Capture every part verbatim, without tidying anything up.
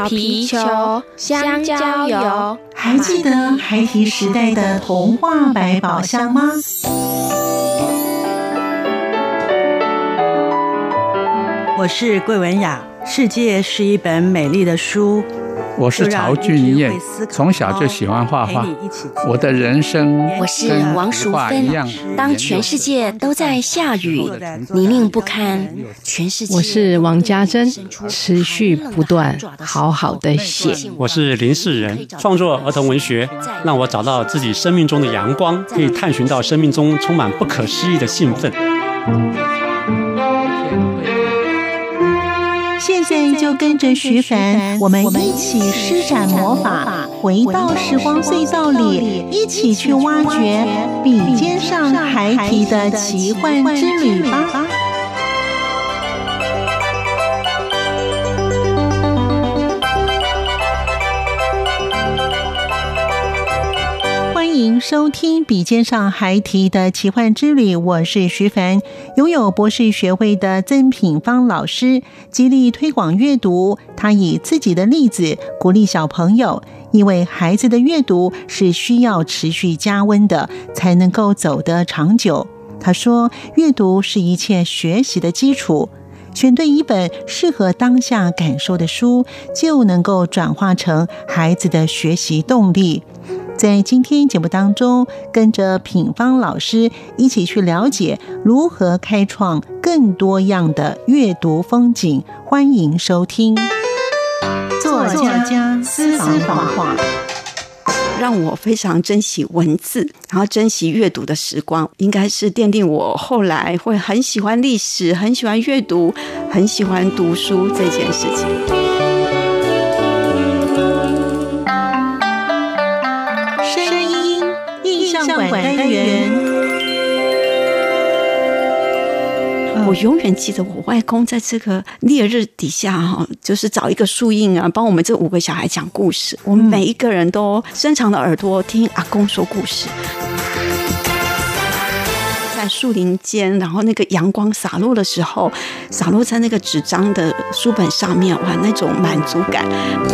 小皮球、香蕉油。 还记得孩提时代的童话百宝箱吗？ 我是桂文雅，世界是一本美丽的书。 我是曹俊彦，从小就喜欢画画。我的人生我是王淑芬。当全世界都在下雨，泥泞不堪，全世界。 我是王家珍，持续不断，好好的写。 我是林世仁，创作儿童文学，让我找到自己生命中的阳光，可以探寻到生命中充满不可思议的兴奋。 现在就跟着徐凡，我们一起施展魔法，回到时光隧道里，一起去挖掘笔尖上孩提的奇幻之旅吧。欢迎收听笔尖上孩提的奇幻之旅，我是徐凡。拥有博士学位的曾品芳老师极力推广阅读，他以自己的例子鼓励小朋友，因为孩子的阅读是需要持续加温的，才能够走得长久。他说，阅读是一切学习的基础，选对一本适合当下感受的书，就能够转化成孩子的学习动力。在今天节目当中，跟着品芳老师一起去了解如何开创更多样的阅读风景。欢迎收听作家私房话。 让我非常珍惜文字，然后珍惜阅读的时光，应该是奠定我后来会很喜欢历史，很喜欢阅读，很喜欢读书这件事情。 声音印象馆单元。 我永远记得我外公在这个烈日底下哈，就是找一个树荫啊，帮我们这五个小孩讲故事。我们每一个人都伸长了耳朵听阿公说故事。在树林间，然后那个阳光洒落的时候，洒落在那个纸张的书本上面，哇，那种满足感。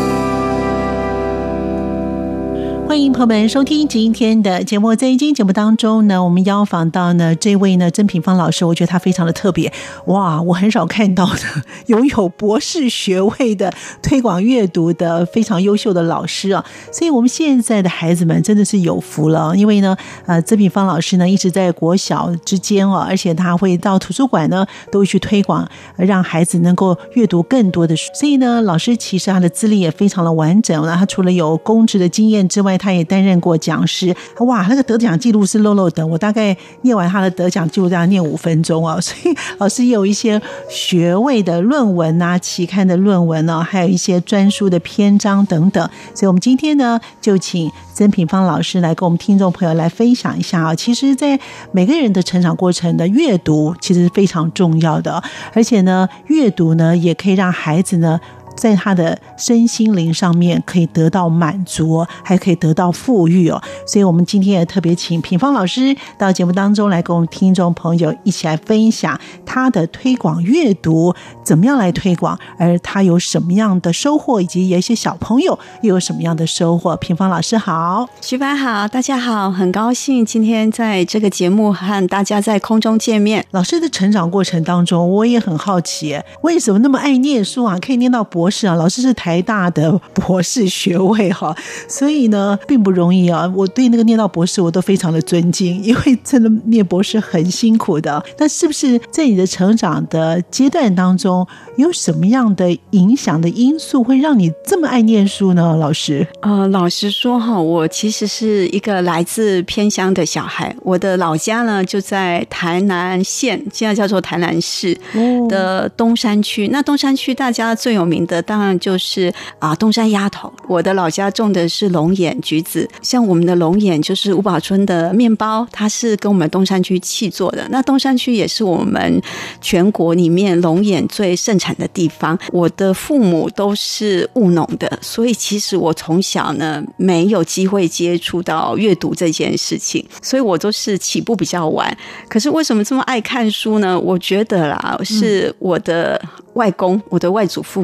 欢迎朋友们收听今天的节目。在今天节目当中呢，我们邀访到呢这位呢曾品芳老师，我觉得他非常的特别。哇，我很少看到的拥有博士学位的推广阅读的非常优秀的老师啊，所以我们现在的孩子们真的是有福了。因为呢，呃，曾品芳老师呢一直在国小之间哦，而且他会到图书馆呢都会去推广，让孩子能够阅读更多的书。所以呢，老师其实他的资历也非常的完整。那他除了有公职的经验之外，他也担任过讲师。哇，那个得奖记录是漏漏的，我大概念完他的得奖记录大概念五分钟啊。所以老师也有一些学位的论文啊，期刊的论文啊，还有一些专书的篇章等等。所以我们今天呢，就请曾品芳老师来跟我们听众朋友来分享一下啊。其实在每个人的成长过程的阅读其实是非常重要的，而且呢，阅读呢也可以让孩子呢在他的身心灵上面可以得到满足，还可以得到富裕哦。所以我们今天也特别请品芳老师到节目当中来跟我们听众朋友一起来分享他的推广阅读怎么样来推广，而他有什么样的收获，以及有一些小朋友又有什么样的收获。品芳老师好。 徐凡好，大家好，很高兴今天在这个节目和大家在空中见面。 老师的成长过程当中，我也很好奇，为什么那么爱念书啊，可以念到博士啊？老师是台大的博士学位哈，所以呢并不容易啊。我对那个念到博士我都非常的尊敬，因为真的念博士很辛苦的。那是不是在你的成长的阶段当中，有什么样的影响的因素会让你这么爱念书呢？老师， 呃，老实说哈，我其实是一个来自偏乡的小孩。我的老家呢就在台南县，现在叫做台南市的东山区。那东山区大家最有名的当然就是啊东山鸭头。我的老家种的是龙眼橘子，像我们的龙眼就是五宝村的面包，它是跟我们东山区契作的。那东山区也是我们全国里面龙眼最盛产的地方。我的父母都是务农的，所以其实我从小呢没有机会接触到阅读这件事情，所以我都是起步比较晚。可是为什么这么爱看书呢？我觉得啦，是我的外公，我的外祖父给我一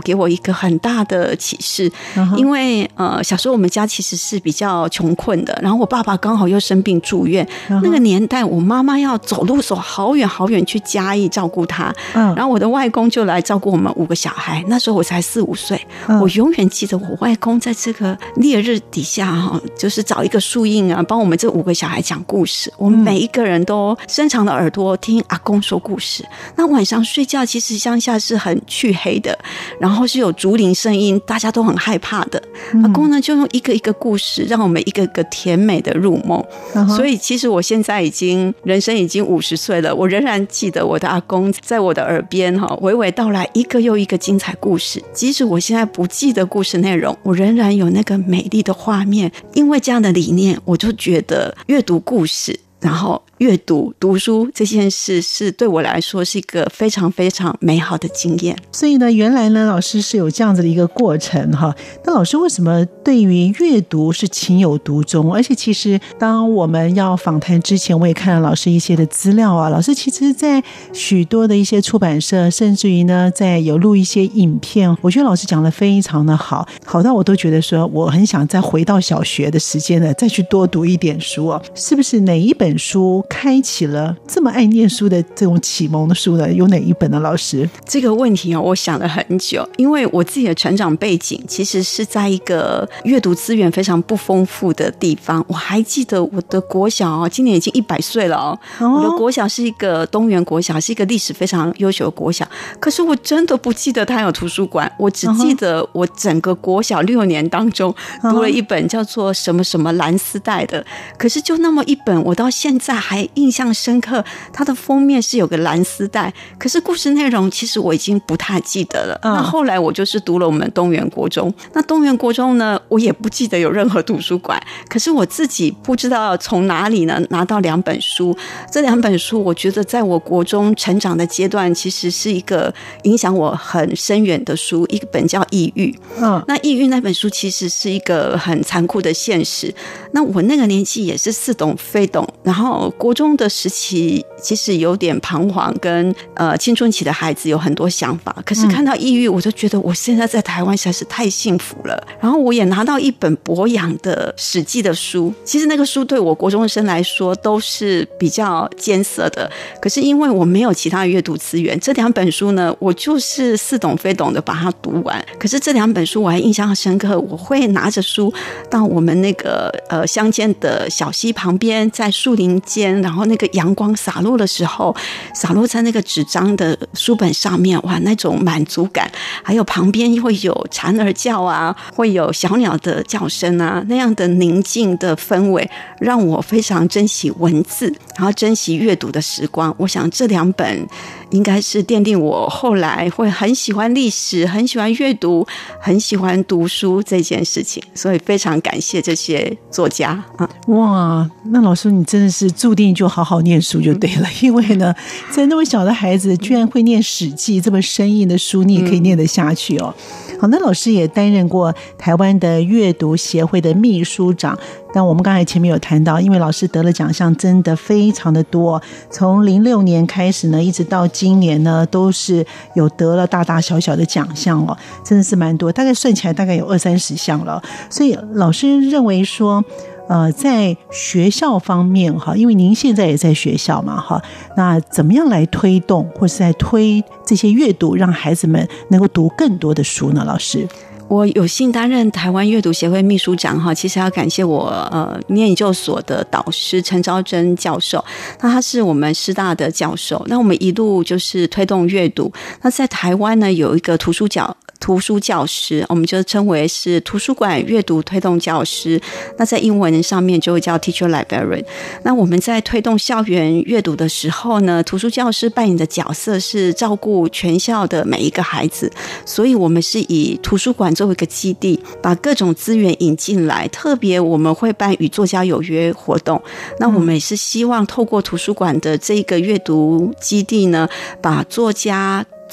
个很大的启示。Uh-huh. 因为呃小时候我们家其实是比较穷困的，然后我爸爸刚好又生病住院， uh-huh. 那个年代我妈妈要走路走好远好远去嘉义照顾他， uh-huh. 然后我的外公就来照顾我们五个小孩，那时候我才四五岁， uh-huh. 我永远记得我外公在这个烈日底下就是找一个树荫啊，帮我们这五个小孩讲故事，我们每一个人都伸长了耳朵听阿公说故事。那晚上睡觉其实乡下是很黢黑的，然后是有竹林声音，大家都很害怕的，阿公呢就用一个一个故事让我们一个个甜美的入梦。所以其实我现在已经人生已经五十岁了，我仍然记得我的阿公在我的耳边娓娓道来一个又一个精彩故事，即使我现在不记得故事内容，我仍然有那个美丽的画面。因为这样的理念，我就觉得阅读故事，然后阅读读书这件事是对我来说是一个非常非常美好的经验。 所以呢，原来呢老师是有这样子的一个过程哈。那老师为什么对于阅读是情有独钟？而且其实当我们要访谈之前，我也看了老师一些的资料啊。老师其实在许多的一些出版社，甚至于呢在有录一些影片，我觉得老师讲得非常的好，好到我都觉得说我很想再回到小学的时间呢，再去多读一点书哦。是不是哪一本书开启了这么爱念书的这种启蒙的书呢？有哪一本呢？老师这个问题、哦、我想了很久，因为我自己的成长背景其实是在一个阅读资源非常不丰富的地方。我还记得我的国小、哦、今年已经一百岁了、哦哦、我的国小是一个东园国小，是一个历史非常优秀的国小，可是我真的不记得它有图书馆，我只记得我整个国小六年当中读了一本叫做什么什么蓝丝带的，可是就那么一本，我到现在还印象深刻，它的封面是有个蓝丝带，可是故事内容其实我已经不太记得了、嗯、那后来我就是读了我们东园国中，那东园国中呢我也不记得有任何图书馆，可是我自己不知道从哪里呢拿到两本书，这两本书我觉得在我国中成长的阶段其实是一个影响我很深远的书，一本叫《异域》。嗯，那《异域》那本书其实是一个很残酷的现实，那我那个年纪也是似懂非懂，然后国中的时期其实有点彷徨，跟呃青春期的孩子有很多想法，可是看到《异域》我就觉得我现在在台湾实在是太幸福了。然后我也拿到一本博洋的史记的书，其实那个书对我国中生来说都是比较艰涩的，可是因为我没有其他阅读资源，这两本书呢我就是似懂非懂的把它读完。可是这两本书我还印象很深刻，我会拿着书到我们那个呃乡间的小溪旁边，在树林间，然后那个阳光洒落的时候，洒落在那个纸张的书本上面，哇，那种满足感，还有旁边会有蝉儿叫啊，会有小鸟的叫声啊，那样的宁静的氛围让我非常珍惜文字，然后珍惜阅读的时光。我想这两本应该是奠定我后来会很喜欢历史，很喜欢阅读，很喜欢读书这件事情，所以非常感谢这些作家啊！ 哇，那老师你真的是注定就好好念书就对了，因为呢，在那么小的孩子居然会念《史记》这么生硬的书，你也可以念得下去哦。好，那老师也担任过台湾的阅读协会的秘书长。但我们刚才前面有谈到，因为老师得了奖项真的非常的多，从零六年开始呢，一直到今年呢，都是有得了大大小小的奖项哦，真的是蛮多，大概算起来大概有二三十项了。所以老师认为说，呃，在学校方面哈，因为您现在也在学校嘛哈，那怎么样来推动或是在推这些阅读，让孩子们能够读更多的书呢？老师？ 我有幸担任台湾阅读协会秘书长哈，其实要感谢我呃念研究所的导师陈昭珍教授，那他是我们师大的教授，那我们一路就是推动阅读。那在台湾呢有一个图书角。图书教师，我们就称为是图书馆阅读推动教师，那在英文上面就会叫 teacher librarian。 那我们在推动校园阅读的时候呢，图书教师扮演的角色是照顾全校的每一个孩子，所以我们是以图书馆作为一个基地，把各种资源引进来，特别我们会办与作家有约活动，那我们也是希望透过图书馆的这个阅读基地呢，把作家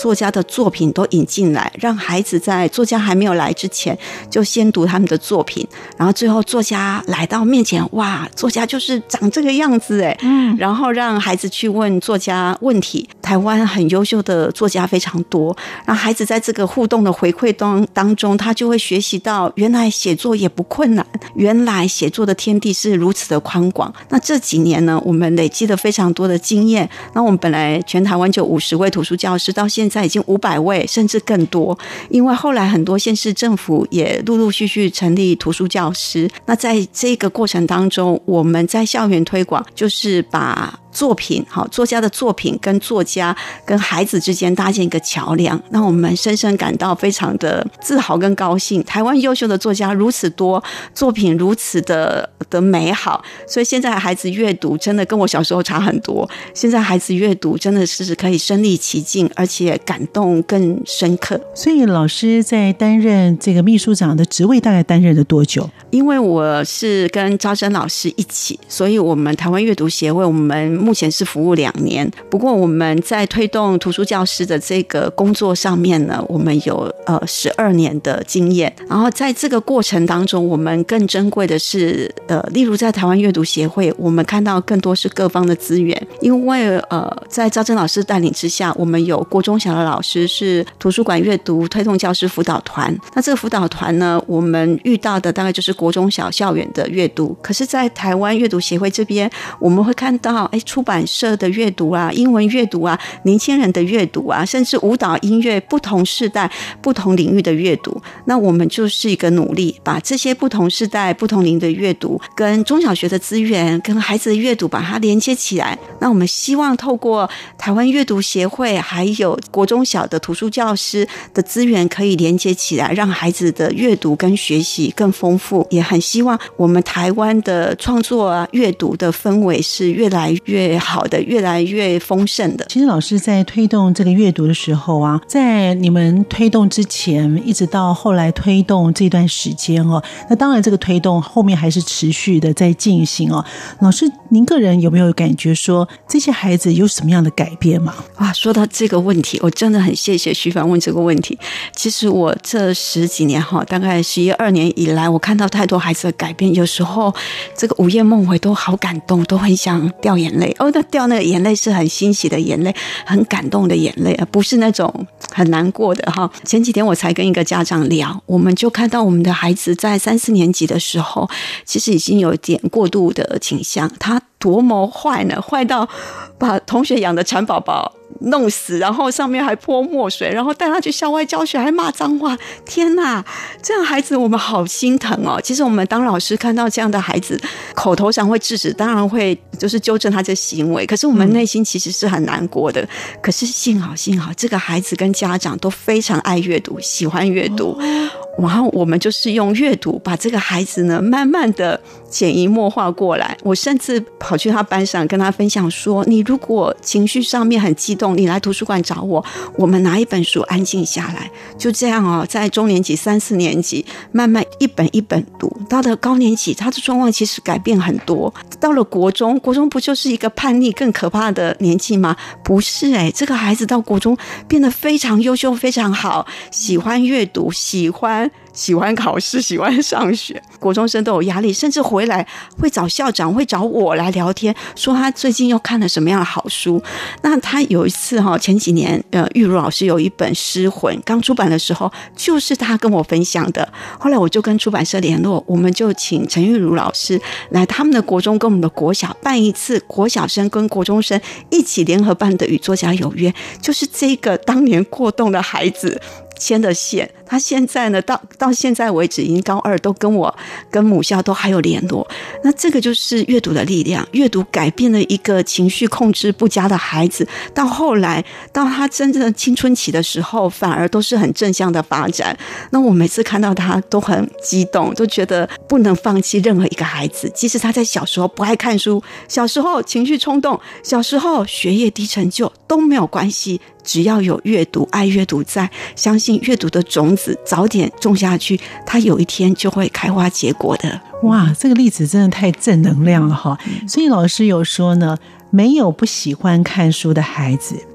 作家的作品都引进来，让孩子在作家还没有来之前就先读他们的作品，然后最后作家来到面前，哇，作家就是长这个样子哎，嗯，然后让孩子去问作家问题。台湾很优秀的作家非常多，让孩子在这个互动的回馈当当中，他就会学习到原来写作也不困难，原来写作的天地是如此的宽广。那这几年呢，我们累积了非常多的经验。那我们本来全台湾就五十位图书教师，到现在已经五百位，甚至更多。因为后来很多县市政府也陆陆续续成立图书教师。那在这个过程当中，我们在校园推广，就是把作品，好，作家的作品跟作家跟孩子之间搭建一个桥梁，让我们深深感到非常的自豪跟高兴。台湾优秀的作家如此多，作品如此的的美好，所以现在孩子阅读真的跟我小时候差很多。现在孩子阅读真的是可以身临其境，而且感动更深刻。 所以老师在担任这个秘书长的职位大概担任了多久？ 因为我是跟招生老师一起，所以我们台湾阅读协会我们目前是服务两年。不过我们在推动图书教师的这个工作上面呢，我们有呃十二年的经验。然后在这个过程当中，我们更珍贵的是呃，例如在台湾阅读协会，我们看到更多是各方的资源。因为呃，在招生老师带领之下，我们有国中小的老师是图书馆阅读推动教师辅导团。那这个辅导团呢，我们遇到的大概就是国中小校园的阅读。可是在台湾阅读协会这边，我们会看到哎，出版社的阅读啊，英文阅读啊，年轻人的阅读啊，甚至舞蹈音乐，不同世代不同领域的阅读。那我们就是一个努力，把这些不同世代不同领域的阅读跟中小学的资源跟孩子的阅读把它连接起来。那我们希望透过台湾阅读协会还有国中小的图书教师的资源可以连接起来，让孩子的阅读跟学习更丰富。也很希望我们台湾的创作啊阅读的氛围是越来越好的，越来越丰盛的。 其实老师在推动这个阅读的时候啊，在你们推动之前一直到后来推动这段时间哦，那当然这个推动后面还是持续的在进行哦。老师您个人有没有感觉说这些孩子有什么样的改变吗？ 哇，说到这个问题，我真的很谢谢徐凡问这个问题。其实我这十几年哈，大概十一二年以来，我看到太多孩子的改变，有时候这个午夜梦回都好感动，都很想掉眼泪。哦，那掉那个眼泪是很欣喜的眼泪，很感动的眼泪，而不是那种很难过的哈。前几天我才跟一个家长聊，我们就看到我们的孩子在三四年级的时候，其实已经有一点过度的倾向。他多么坏呢？坏到把同学养的蚕宝宝弄死，然后上面还泼墨水，然后带他去校外教学，还骂脏话。天哪，这样孩子我们好心疼哦。其实我们当老师看到这样的孩子，口头上会制止，当然会就是纠正他这行为，可是我们内心其实是很难过的。可是幸好幸好这个孩子跟家长都非常爱阅读，喜欢阅读，然后我们就是用阅读把这个孩子呢慢慢的潜移默化过来。我甚至跑去他班上跟他分享说，你如果情绪上面很激动，你来图书馆找我，我们拿一本书安静下来。就这样哦，在中年级三四年级慢慢一本一本读，到了高年级他的状况其实改变很多。到了国中，国中不就是一个叛逆更可怕的年纪吗？不是诶，这个孩子到国中变得非常优秀，非常好，喜欢阅读，喜欢喜欢考试，喜欢上学。国中生都有压力，甚至回来会找校长，会找我来聊天，说他最近又看了什么样的好书。那他有一次哈，前几年呃，玉如老师有一本《诗魂》刚出版的时候，就是他跟我分享的。后来我就跟出版社联络，我们就请陈玉如老师来他们的国中跟我们的国小办一次国小生跟国中生一起联合办的与作家有约，就是这个当年过动的孩子牵的线。他现在呢，到到现在为止已经高二，都跟我跟母校都还有联络。那这个就是阅读的力量，阅读改变了一个情绪控制不佳的孩子，到后来到他真正青春期的时候，反而都是很正向的发展。那我每次看到他都很激动，都觉得不能放弃任何一个孩子，即使他在小时候不爱看书，小时候情绪冲动，小时候学业低成就都没有关系，只要有阅读，爱阅读在，相信阅读的种子早点种下去，它有一天就会开花结果的。 哇，这个例子真的太正能量了哈！所以老师有说呢，没有不喜欢看书的孩子，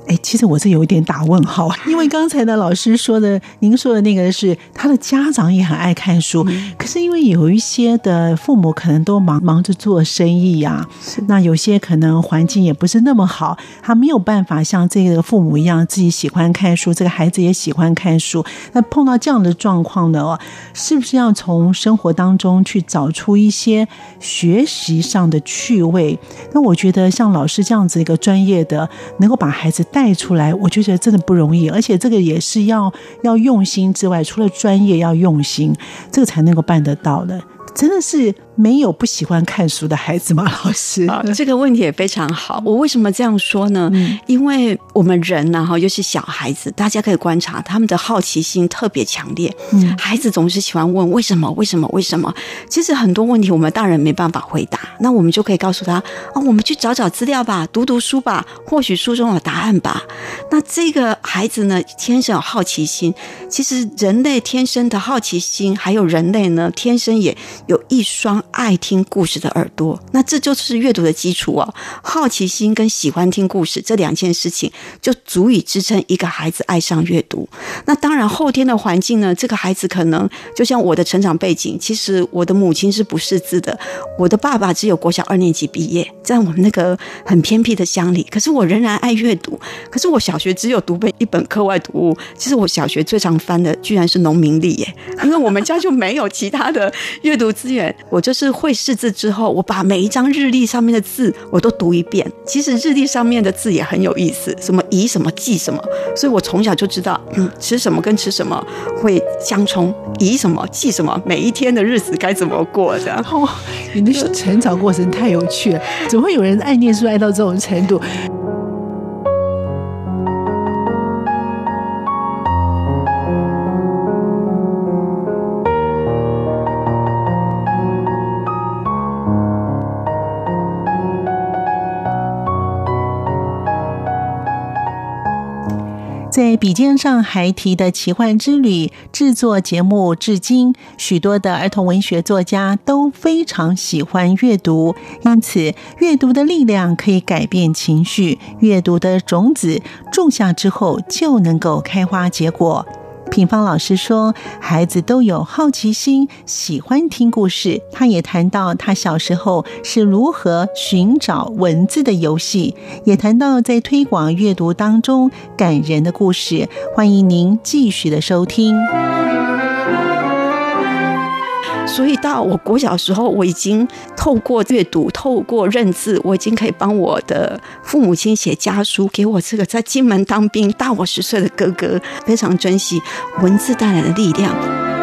哎，其实我这有一点打问号，因为刚才的老师说的，您说的那个是他的家长也很爱看书，嗯、可是因为有一些的父母可能都忙忙着做生意呀、啊，那有些可能环境也不是那么好，他没有办法像这个父母一样自己喜欢看书，这个孩子也喜欢看书。那碰到这样的状况呢，是不是要从生活当中去找出一些学习上的趣味？那我觉得像老师这样子一个专业的，能够把孩子带出来，我觉得真的不容易，而且这个也是要要用心之外，除了专业要用心，这个才能够办得到的。真的是没有不喜欢看书的孩子吗？老师、 啊、这个问题也非常好。我为什么这样说呢？嗯、因为我们人呢、啊，尤其小孩子，大家可以观察他们的好奇心特别强烈。嗯，孩子总是喜欢问为什么，为什么，为什么？其实很多问题我们大人没办法回答，那我们就可以告诉他：哦，我们去找找资料吧，读读书吧，或许书中有答案吧。那这个孩子呢，天生有好奇心。其实人类天生的好奇心，还有人类呢，天生也有一双爱听故事的耳朵，那这就是阅读的基础哦。好奇心跟喜欢听故事这两件事情，就足以支撑一个孩子爱上阅读。那当然，后天的环境呢，这个孩子可能就像我的成长背景，其实我的母亲是不识字的，我的爸爸只有国小二年级毕业，在我们那个很偏僻的乡里，可是我仍然爱阅读。可是我小学只有读本一本课外读物，其实我小学最常翻的居然是农民历耶，因为我们家就没有其他的阅读资源。我就是会识字之后，我把每一张日历上面的字我都读一遍。其实日历上面的字也很有意思，什么宜什么忌什么，所以我从小就知道，嗯，吃什么跟吃什么会相冲，宜什么忌什么，每一天的日子该怎么过的。 哦，你的成长过程太有趣了，怎么会有人爱念书爱到这种程度？在笔尖上还提的奇幻之旅制作节目至今，许多的儿童文学作家都非常喜欢阅读，因此阅读的力量可以改变情绪，阅读的种子种下之后就能够开花结果。品芳老师说，孩子都有好奇心，喜欢听故事。他也谈到他小时候是如何寻找文字的游戏，也谈到在推广阅读当中感人的故事。欢迎您继续的收听。 所以到我国小的时候，我已经透过阅读，透过认字，我已经可以帮我的父母亲写家书，给我这个在金门当兵大我十岁的哥哥，非常珍惜文字带来的力量。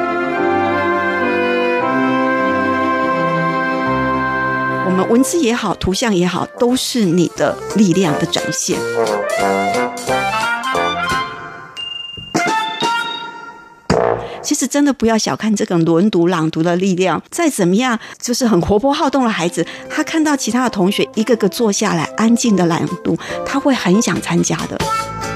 我们文字也好，图像也好，都是你的力量的展现。其实真的不要小看这个轮读朗读的力量，再怎么样就是很活泼好动的孩子，他看到其他的同学一个个坐下来安静的朗读，他会很想参加的。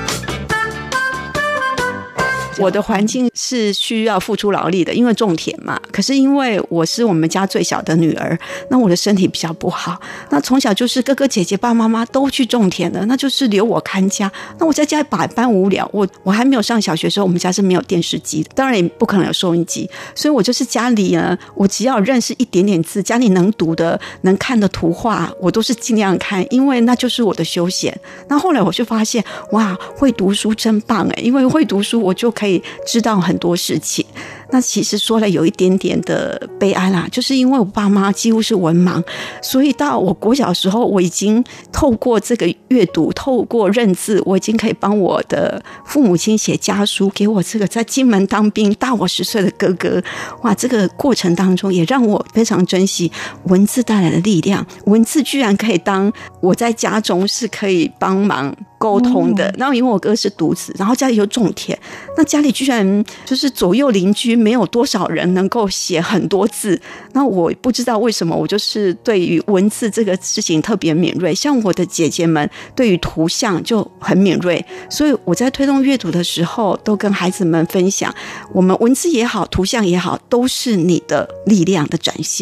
我的环境是需要付出劳力的，因为种田嘛。可是因为我是我们家最小的女儿，那我的身体比较不好，那从小就是哥哥姐姐爸爸妈妈都去种田的，那就是留我看家。那我在家百般无聊，我我还没有上小学的时候，我们家是没有电视机的，当然也不可能有收音机，所以我就是家里呢，我只要认识一点点字，家里能读的能看的图画，我都是尽量看，因为那就是我的休闲。那后来我就发现，哇，会读书真棒哎，因为会读书我就可以可以知道很多事情。那其实说了有一点点的悲哀啦，就是因为我爸妈几乎是文盲，所以到我国小的时候，我已经透过这个阅读，透过认字，我已经可以帮我的父母亲写家书，给我这个在金门当兵大我十岁的哥哥。哇，这个过程当中也让我非常珍惜文字带来的力量，文字居然可以当我在家中是可以帮忙沟通的。然后因为我哥是独子，然后家里又种田，那家里居然就是左右邻居没有多少人能够写很多字，那我不知道为什么，我就是对于文字这个事情特别敏锐，像我的姐姐们对于图像就很敏锐，所以我在推动阅读的时候都跟孩子们分享，我们文字也好，图像也好，都是你的力量的展现。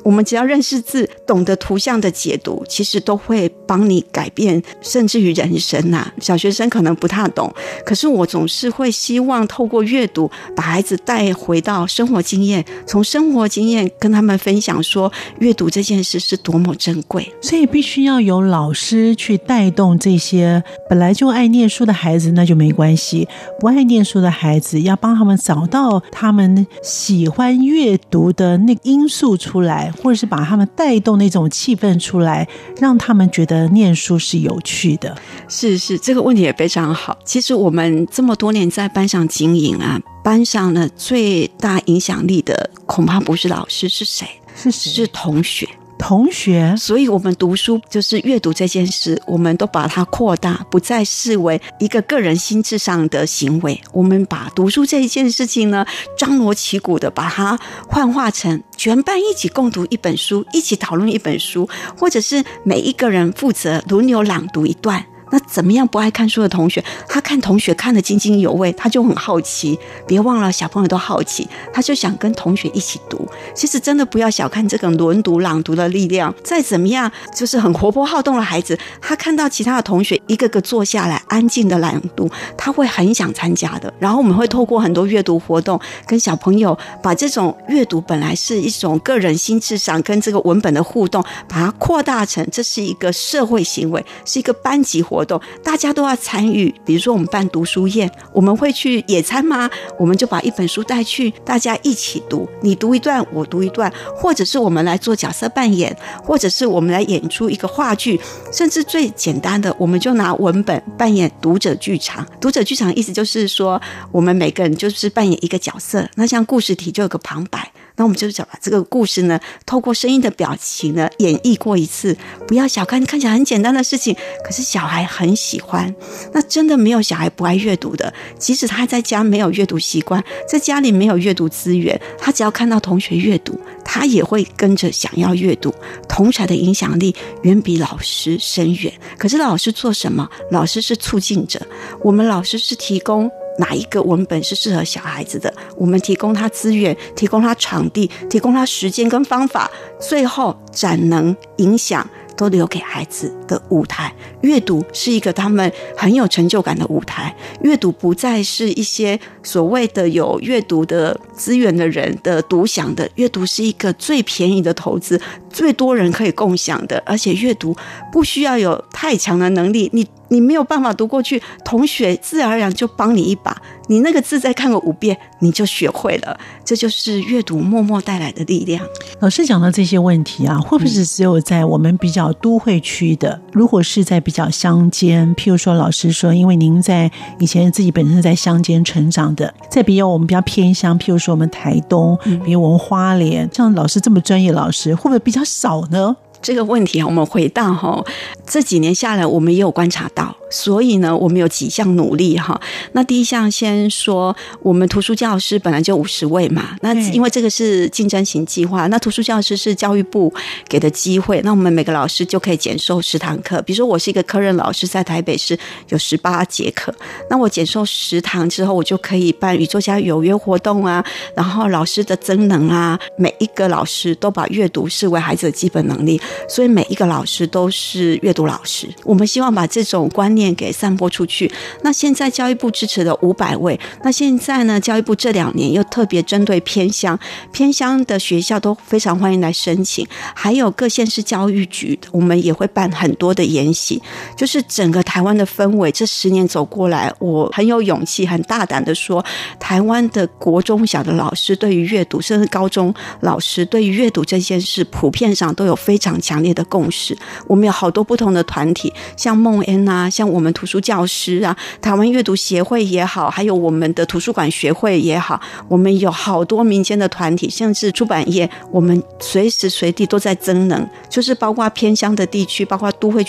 我们只要认识字，懂得图像的解读，其实都会帮你改变甚至于人生啊。小学生可能不太懂，可是我总是会希望透过阅读把孩子带回到生活经验，从生活经验跟他们分享说阅读这件事是多么珍贵。 所以必须要有老师去带动这些本来就爱念书的孩子，那就没关系，不爱念书的孩子要帮他们找到他们喜欢阅读的那个因素出来，或者是把他们带动那种气氛出来，让他们觉得念书是有趣的。 是是，这个问题也非常好。其实我们这么多年在班上经营啊，班上呢最大影响力的恐怕不是老师，是谁？ 是谁？ 是同学。 同学， 所以我们读书就是阅读这件事，我们都把它扩大，不再视为一个个人心智上的行为，我们把读书这一件事情呢，张锣旗鼓的把它幻化成全班一起共读一本书，一起讨论一本书，或者是每一个人负责轮流朗读一段。那怎么样不爱看书的同学，他看同学看得津津有味，他就很好奇。别忘了小朋友都好奇，他就想跟同学一起读。其实真的不要小看这个轮读朗读的力量，再怎么样就是很活泼好动的孩子，他看到其他的同学一个个坐下来安静的朗读，他会很想参加的。然后我们会透过很多阅读活动跟小朋友把这种阅读本来是一种个人心智上跟这个文本的互动，把它扩大成这是一个社会行为，是一个班级活动，大家都要参与。比如说我们办读书宴，我们会去野餐吗？我们就把一本书带去，大家一起读，你读一段我读一段，或者是我们来做角色扮演，或者是我们来演出一个话剧，甚至最简单的我们就拿文本扮演读者剧场。读者剧场意思就是说我们每个人就是扮演一个角色，那像故事题就有个旁白，那我们就把这个故事呢透过声音的表情呢演绎过一次。不要小看看起来很简单的事情，可是小孩很喜欢。那真的没有小孩不爱阅读的，即使他在家没有阅读习惯，在家里没有阅读资源，他只要看到同学阅读，他也会跟着想要阅读。同侪的影响力远比老师深远。可是老师做什么？老师是促进者，我们老师是提供哪一个文本是适合小孩子的，我们提供他资源，提供他场地，提供他时间跟方法，最后展能影响都留给孩子的舞台。阅读是一个他们很有成就感的舞台，阅读不再是一些所谓的有阅读的资源的人的独享的，阅读是一个最便宜的投资，最多人可以共享的。而且阅读不需要有太强的能力，你你没有办法读过去，同学自然而然就帮你一把，你那个字再看个五遍你就学会了。这就是阅读默默带来的力量。 老师讲到这些问题啊，会不会是只有在我们比较都会区的？如果是在比较乡间，譬如说老师说因为您在以前自己本身在乡间成长的，在比较我们比较偏乡，譬如说我们台东，比如我们花莲，像老师这么专业老师会不会比较少呢？ 这个问题我们回到哈，这几年下来我们也有观察到，所以呢我们有几项努力哈。那第一项先说，我们图书教师本来就五十位嘛，那因为这个是竞争型计划，那图书教师是教育部给的机会，那我们每个老师就可以减授十堂课。比如说我是一个科任老师，在台北市有十八节课，那我减授十堂之后，我就可以办与作家有约活动啊，然后老师的增能啊，每一个老师都把阅读视为孩子的基本能力，所以每一个老师都是阅读老师。我们希望把这种观念给散播出去。那现在教育部支持了五百位，那现在呢教育部这两年又特别针对偏乡偏乡的学校都非常欢迎来申请，还有各县市教育局我们也会办很多的研习。就是整个台湾的氛围，这十年走过来，我很有勇气很大胆的说，台湾的国中小的老师对于阅读，甚至高中老师对于阅读这件事普遍上都有非常强烈的共识。我们有好多不同的团体，像梦恩啊，像我们图书教师啊，台湾阅读协会也好，还有我们的图书馆学会也好，我们有好多民间的团体，甚至出版业，我们随时随地都在增能，就是包括偏乡的地区，包括都会区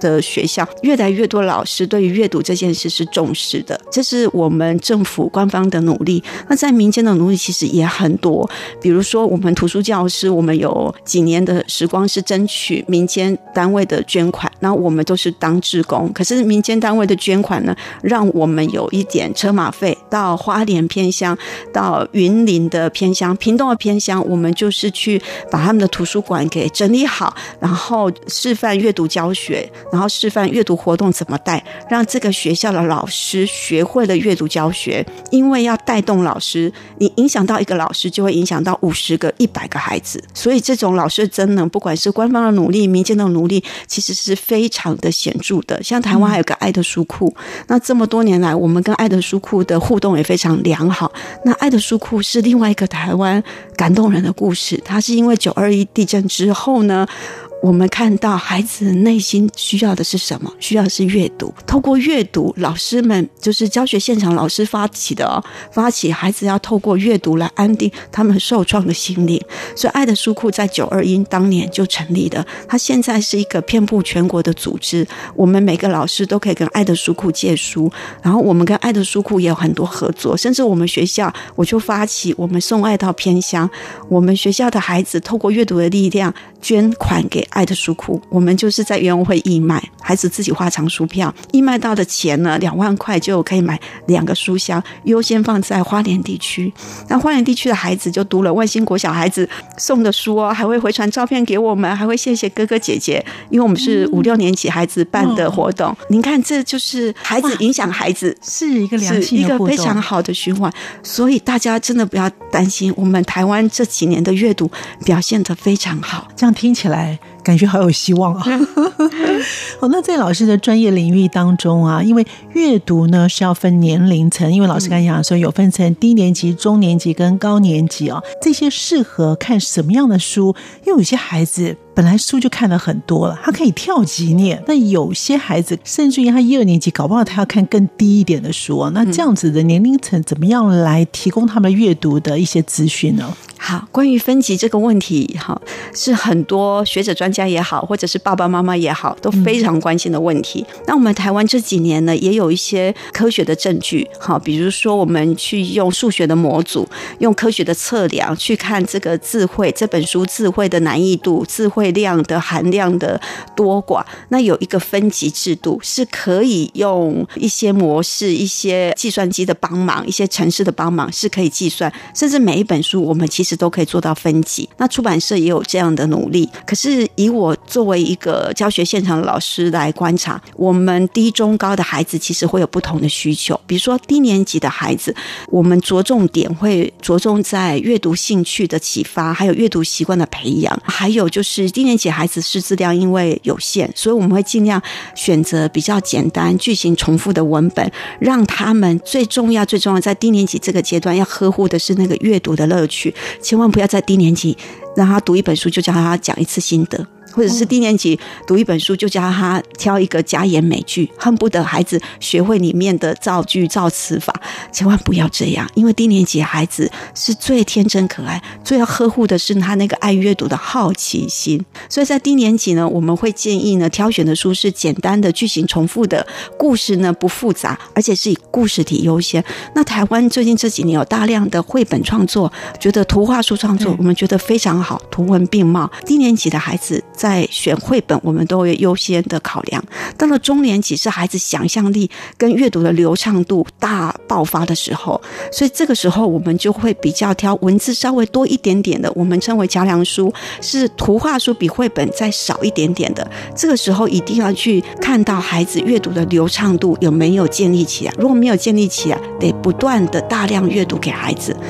的学校，越来越多老师对于阅读这件事是重视的，这是我们政府官方的努力。那在民间的努力其实也很多，比如说我们图书教师，我们有几年的时光是争取民间单位的捐款，那我们都是当志工，可是民间单位的捐款呢，让我们有一点车马费，到花莲偏乡，到云林的偏乡，屏东的偏乡，我们就是去把他们的图书馆给整理好，然后示范阅读教学，然后示范阅读活动怎么带，让这个学校的老师学会了阅读教学。因为要带动老师，你影响到一个老师就会影响到五十个一百个孩子，所以这种老师的增能，不管是官方的努力民间的努力，其实是非常的显著的。像台湾还有个爱的书库，那这么多年来我们跟爱的书库的互动也非常良好。那爱的书库是另外一个台湾感动人的故事，它是因为九二一地震之后呢，我们看到孩子内心需要的是什么？需要的是阅读。透过阅读，老师们就是教学现场老师发起的哦，发起孩子要透过阅读来安定他们受创的心灵。所以爱的书库在九二一当年就成立了，它现在是一个遍布全国的组织。我们每个老师都可以跟爱的书库借书，然后我们跟爱的书库也有很多合作，甚至我们学校我就发起我们送爱到偏乡，我们学校的孩子透过阅读的力量捐款给爱的书库，我们就是在园游会义卖，孩子自己花藏书票，义卖到的钱呢，两万块就可以买两个书箱，优先放在花莲地区。那花莲地区的孩子就读了万兴国小孩子送的书哦，还会回传照片给我们，还会谢谢哥哥姐姐，因为我们是五六年级孩子办的活动。您看，这就是孩子影响孩子， 是一个良性的互动， 是一个非常好的循环。所以大家真的不要担心，我们台湾这几年的阅读表现得非常好。 这样听起来感觉好有希望啊！好，那在老师的专业领域当中啊，因为阅读呢是要分年龄层，因为老师刚才讲说有分成低年级、中年级跟高年级啊，这些适合看什么样的书？因为有些孩子本来书就看了很多了，他可以跳级念，那有些孩子甚至于他一二年级搞不好他要看更低一点的书啊，那这样子的年龄层怎么样来提供他们阅读的一些资讯呢？ 好，关于分级这个问题，是很多学者专家也好，或者是爸爸妈妈也好，都非常关心的问题。嗯、那我们台湾这几年呢，也有一些科学的证据，好，比如说我们去用数学的模组，用科学的测量去看这个智慧这本书智慧的难易度、智慧量的含量的多寡，那有一个分级制度，是可以用一些模式、一些计算机的帮忙、一些程式的帮忙，是可以计算，甚至每一本书我们其实都可以做到分级。那出版社也有这样的努力，可是以我作为一个教学现场的老师来观察，我们低中高的孩子其实会有不同的需求。比如说低年级的孩子，我们着重点会着重在阅读兴趣的启发，还有阅读习惯的培养，还有就是低年级孩子识字量因为有限，所以我们会尽量选择比较简单、句型重复的文本，让他们最重要最重要在低年级这个阶段要呵护的是那个阅读的乐趣，千万不要在低年级让他读一本书就叫他讲一次心得，或者是低年级读一本书就叫他挑一个假言美句，恨不得孩子学会里面的造句造词法，千万不要这样，因为低年级孩子是最天真可爱，最要呵护的是他那个爱阅读的好奇心。所以在低年级呢，我们会建议呢，挑选的书是简单的、句型重复的，故事呢不复杂，而且是以故事体优先。那台湾最近这几年有大量的绘本创作，觉得图画书创作我们觉得非常好，图文并茂。低年级的孩子在选绘本我们都会优先的考量。到了中年级是孩子想象力跟阅读的流畅度大爆发的时候，所以这个时候我们就会比较挑文字稍微多一点点的，我们称为桥梁书，是图画书比绘本再少一点点的。这个时候一定要去看到孩子阅读的流畅度有没有建立起来，如果没有建立起来，得不断的大量阅读给孩子。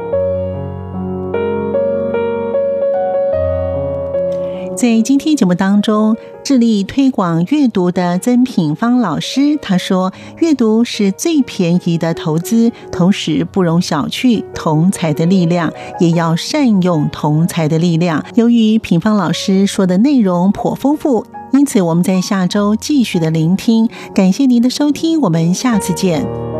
在今天节目当中，致力推广阅读的曾品芳老师他说，阅读是最便宜的投资，同时不容小觑同侪的力量，也要善用同侪的力量。由于品芳老师说的内容颇丰富，因此我们在下周继续的聆听。感谢您的收听，我们下次见。